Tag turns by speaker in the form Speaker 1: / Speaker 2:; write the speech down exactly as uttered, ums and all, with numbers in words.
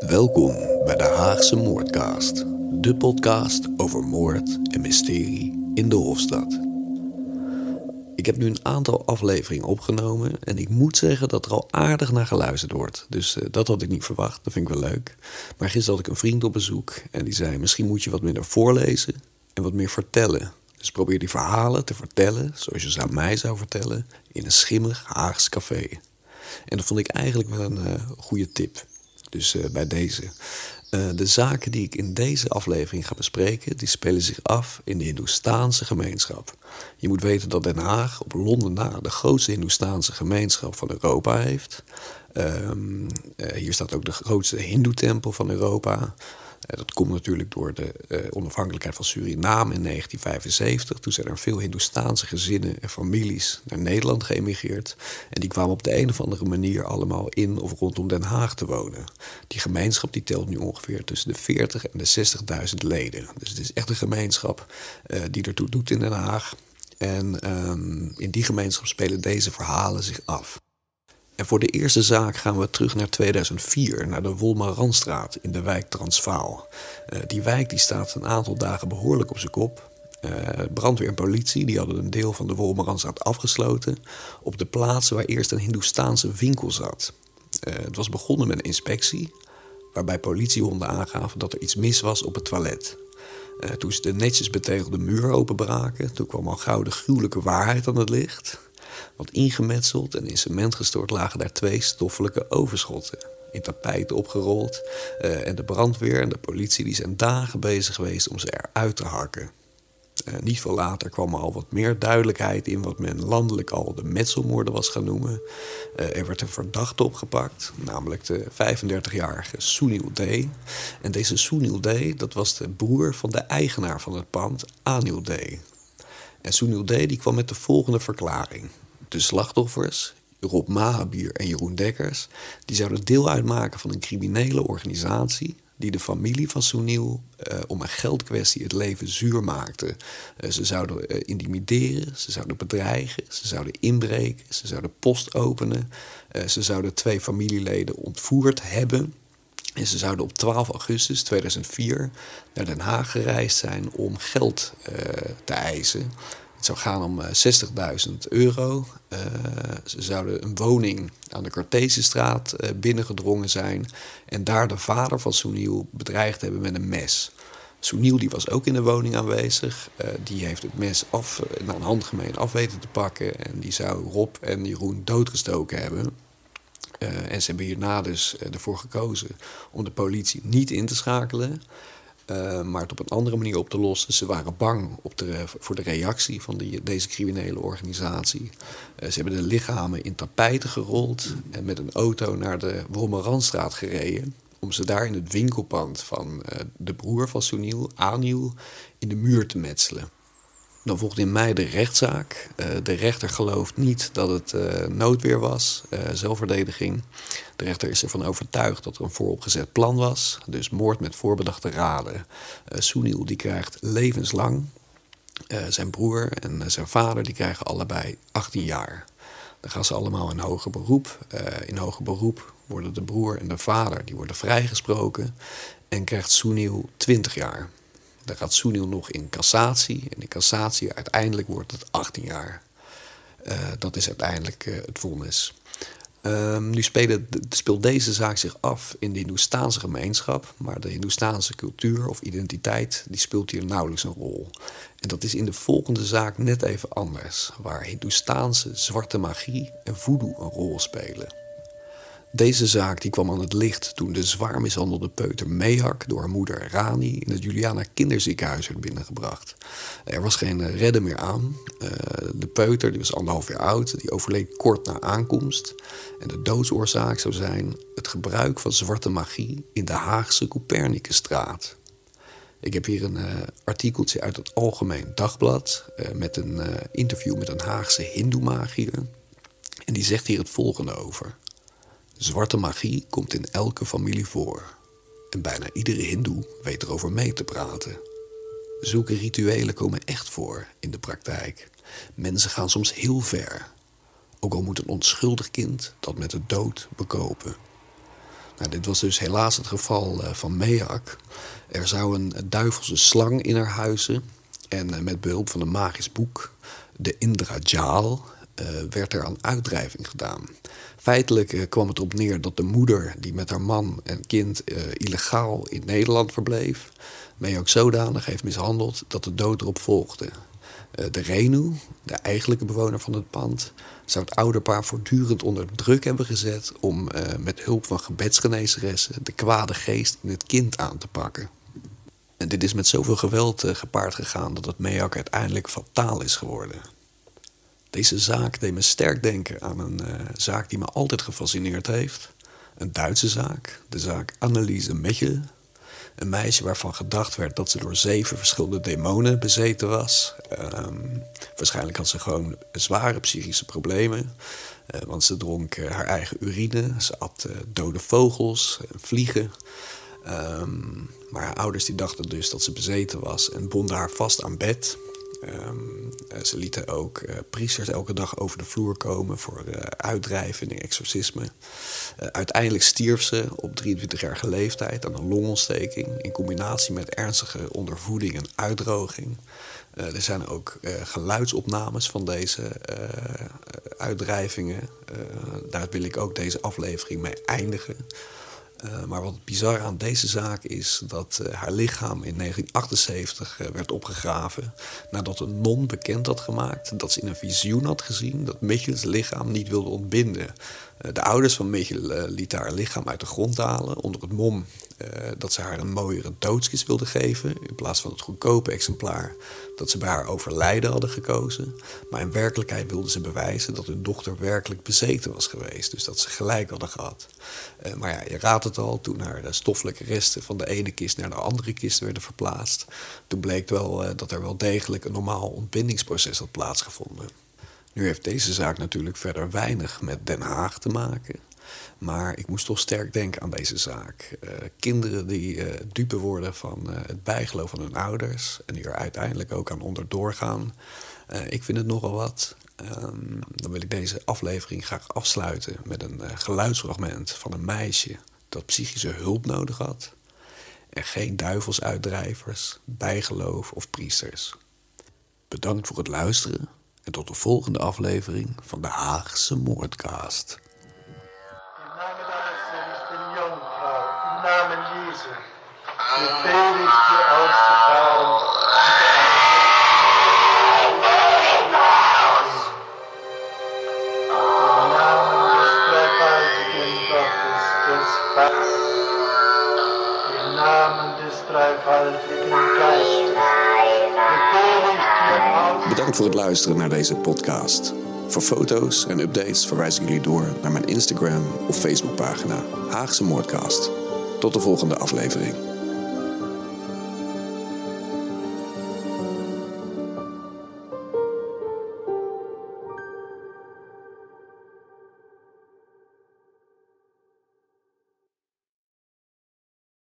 Speaker 1: Welkom bij de Haagse Moordcast, de podcast over moord en mysterie in de Hofstad. Ik heb nu een aantal afleveringen opgenomen en ik moet zeggen dat er al aardig naar geluisterd wordt. Dus uh, dat had ik niet verwacht, dat vind ik wel leuk. Maar gisteren had ik een vriend op bezoek en die zei: misschien moet je wat minder voorlezen en wat meer vertellen. Dus probeer die verhalen te vertellen, zoals je ze aan mij zou vertellen, in een schimmig Haags café. En dat vond ik eigenlijk wel een uh, goede tip. Dus uh, bij deze. Uh, de zaken die ik in deze aflevering ga bespreken, die spelen zich af in de Hindoestaanse gemeenschap. Je moet weten dat Den Haag op Londen na de grootste Hindoestaanse gemeenschap van Europa heeft. Um, uh, hier staat ook de grootste hindoetempel van Europa. Uh, dat komt natuurlijk door de uh, onafhankelijkheid van Suriname in negentien vijfenzeventig. Toen zijn er veel Hindoestaanse gezinnen en families naar Nederland geëmigreerd. En die kwamen op de een of andere manier allemaal in of rondom Den Haag te wonen. Die gemeenschap die telt nu ongeveer tussen de veertig en de zestigduizend leden. Dus het is echt een gemeenschap uh, die ertoe doet in Den Haag. En um, in die gemeenschap spelen deze verhalen zich af. En voor de eerste zaak gaan we terug naar tweeduizend vier, naar de Wolmaranstraat in de wijk Transvaal. Uh, die wijk die staat een aantal dagen behoorlijk op zijn kop. Uh, brandweer en politie die hadden een deel van de Wolmaranstraat afgesloten op de plaats waar eerst een Hindoestaanse winkel zat. Uh, het was begonnen met een inspectie, waarbij politiehonden aangaven dat er iets mis was op het toilet. Uh, toen ze de netjes betegelde muur openbraken, toen kwam al gauw de gruwelijke waarheid aan het licht. Want ingemetseld en in cement gestort lagen daar twee stoffelijke overschotten, in tapijten opgerold. Uh, en de brandweer en de politie die zijn dagen bezig geweest om ze eruit te hakken. Uh, niet veel later kwam er al wat meer duidelijkheid in wat men landelijk al de metselmoorden was gaan noemen. Uh, er werd een verdachte opgepakt, namelijk de vijfendertigjarige Sunil D. En deze Sunil D, dat was de broer van de eigenaar van het pand, Anil D. En Sunil D die kwam met de volgende verklaring. De slachtoffers, Rob Mahabier en Jeroen Dekkers, die zouden deel uitmaken van een criminele organisatie die de familie van Sunil uh, om een geldkwestie het leven zuur maakte. Uh, ze zouden uh, intimideren, ze zouden bedreigen, ze zouden inbreken, ze zouden post openen. Uh, ze zouden twee familieleden ontvoerd hebben. En ze zouden op twaalf augustus tweeduizend vier naar Den Haag gereisd zijn om geld uh, te eisen. Het zou gaan om uh, zestigduizend euro. Uh, ze zouden een woning aan de Cartesistraat uh, binnengedrongen zijn en daar de vader van Sunil bedreigd hebben met een mes. Sunil die was ook in de woning aanwezig. Uh, die heeft het mes af, uh, naar een handgemeen af weten te pakken en die zou Rob en Jeroen doodgestoken hebben. Uh, en ze hebben hierna dus uh, ervoor gekozen om de politie niet in te schakelen, uh, maar het op een andere manier op te lossen. Ze waren bang op de, voor de reactie van die, deze criminele organisatie. Uh, ze hebben de lichamen in tapijten gerold en met een auto naar de Wolmaranstraat gereden om ze daar in het winkelpand van uh, de broer van Sunil, Anil, in de muur te metselen. Dan volgde in mei de rechtszaak. Uh, de rechter gelooft niet dat het uh, noodweer was, uh, zelfverdediging. De rechter is ervan overtuigd dat er een vooropgezet plan was. Dus moord met voorbedachte raden. Uh, Sunil die krijgt levenslang. Uh, zijn broer en uh, zijn vader die krijgen allebei achttien jaar. Dan gaan ze allemaal in hoger beroep. Uh, in hoger beroep worden de broer en de vader die worden vrijgesproken. En krijgt Sunil twintig jaar. Dan gaat Sunil nog in cassatie. En in cassatie uiteindelijk wordt het achttien jaar. Uh, dat is uiteindelijk uh, het vonnis. Um, nu spelen, speelt deze zaak zich af in de Hindoestaanse gemeenschap. Maar de Hindoestaanse cultuur of identiteit die speelt hier nauwelijks een rol. En dat is in de volgende zaak net even anders. Waar Hindoestaanse zwarte magie en voodoo een rol spelen. Deze zaak die kwam aan het licht toen de zwaar mishandelde peuter Mehak door haar moeder Rani in het Juliana kinderziekenhuis werd binnengebracht. Er was geen redden meer aan. Uh, de peuter, die was anderhalf jaar oud, die overleed kort na aankomst. En de doodsoorzaak zou zijn het gebruik van zwarte magie in de Haagse Copernicusstraat. Ik heb hier een uh, artikeltje uit het Algemeen Dagblad uh, met een uh, interview met een Haagse hindoemagier. En die zegt hier het volgende over. Zwarte magie komt in elke familie voor. En bijna iedere hindoe weet erover mee te praten. Zulke rituelen komen echt voor in de praktijk. Mensen gaan soms heel ver. Ook al moet een onschuldig kind dat met de dood bekopen. Nou, dit was dus helaas het geval uh, van Mehak. Er zou een duivelse slang in haar huizen. En uh, met behulp van een magisch boek, de Indrajal, uh, werd er aan uitdrijving gedaan. Feitelijk uh, kwam het erop neer dat de moeder, die met haar man en kind uh, illegaal in Nederland verbleef, Mehak zodanig heeft mishandeld dat de dood erop volgde. Uh, de Renu, de eigenlijke bewoner van het pand, zou het ouderpaar voortdurend onder druk hebben gezet om uh, met hulp van gebedsgenezeressen de kwade geest in het kind aan te pakken. En dit is met zoveel geweld uh, gepaard gegaan dat het Mehak uiteindelijk fataal is geworden. Deze zaak deed me sterk denken aan een uh, zaak die me altijd gefascineerd heeft. Een Duitse zaak, de zaak Anneliese Michel. Een meisje waarvan gedacht werd dat ze door zeven verschillende demonen bezeten was. Um, waarschijnlijk had ze gewoon zware psychische problemen. Uh, want ze dronk uh, haar eigen urine, ze at uh, dode vogels en vliegen. Um, maar haar ouders die dachten dus dat ze bezeten was en bonden haar vast aan bed. Um, uh, ze lieten ook uh, priesters elke dag over de vloer komen voor uh, uitdrijving en exorcisme. Uh, uiteindelijk stierf ze op drieëntwintigjarige leeftijd aan een longontsteking in combinatie met ernstige ondervoeding en uitdroging. Uh, er zijn ook uh, geluidsopnames van deze uh, uitdrijvingen. Uh, daar wil ik ook deze aflevering mee eindigen. Uh, maar wat bizar aan deze zaak is dat uh, haar lichaam in negentien achtenzeventig uh, werd opgegraven nadat een non bekend had gemaakt dat ze in een visioen had gezien dat Michels lichaam niet wilde ontbinden. Uh, de ouders van Michel uh, lieten haar lichaam uit de grond halen onder het mom uh, dat ze haar een mooiere doodskist wilden geven in plaats van het goedkope exemplaar dat ze bij haar overlijden hadden gekozen. Maar in werkelijkheid wilden ze bewijzen dat hun dochter werkelijk bezeten was geweest, dus dat ze gelijk hadden gehad. Uh, maar ja, je raadt het al, toen haar de stoffelijke resten van de ene kist naar de andere kist werden verplaatst, toen bleek wel uh, dat er wel degelijk een normaal ontbindingsproces had plaatsgevonden. Nu heeft deze zaak natuurlijk verder weinig met Den Haag te maken. Maar ik moest toch sterk denken aan deze zaak. Uh, kinderen die uh, dupe worden van uh, het bijgeloof van hun ouders en die er uiteindelijk ook aan onderdoor gaan. Uh, ik vind het nogal wat. Um, dan wil ik deze aflevering graag afsluiten met een uh, geluidsfragment van een meisje dat psychische hulp nodig had. En geen duivelsuitdrijvers, bijgeloof of priesters. Bedankt voor het luisteren en tot de volgende aflevering van de Haagse Moordcast.
Speaker 2: Namen Jesu, befehle ich dir auszufahren. Im Namen des dreifaltigen Gottes, des Vaters, im Namen des dreifaltigen Geistes, befehle ich dir auszufahren.
Speaker 1: Bedankt voor het luisteren naar deze podcast. Voor foto's en updates verwijs ik jullie door naar mijn Instagram of Facebookpagina Haagse Moordcast. Tot de volgende aflevering.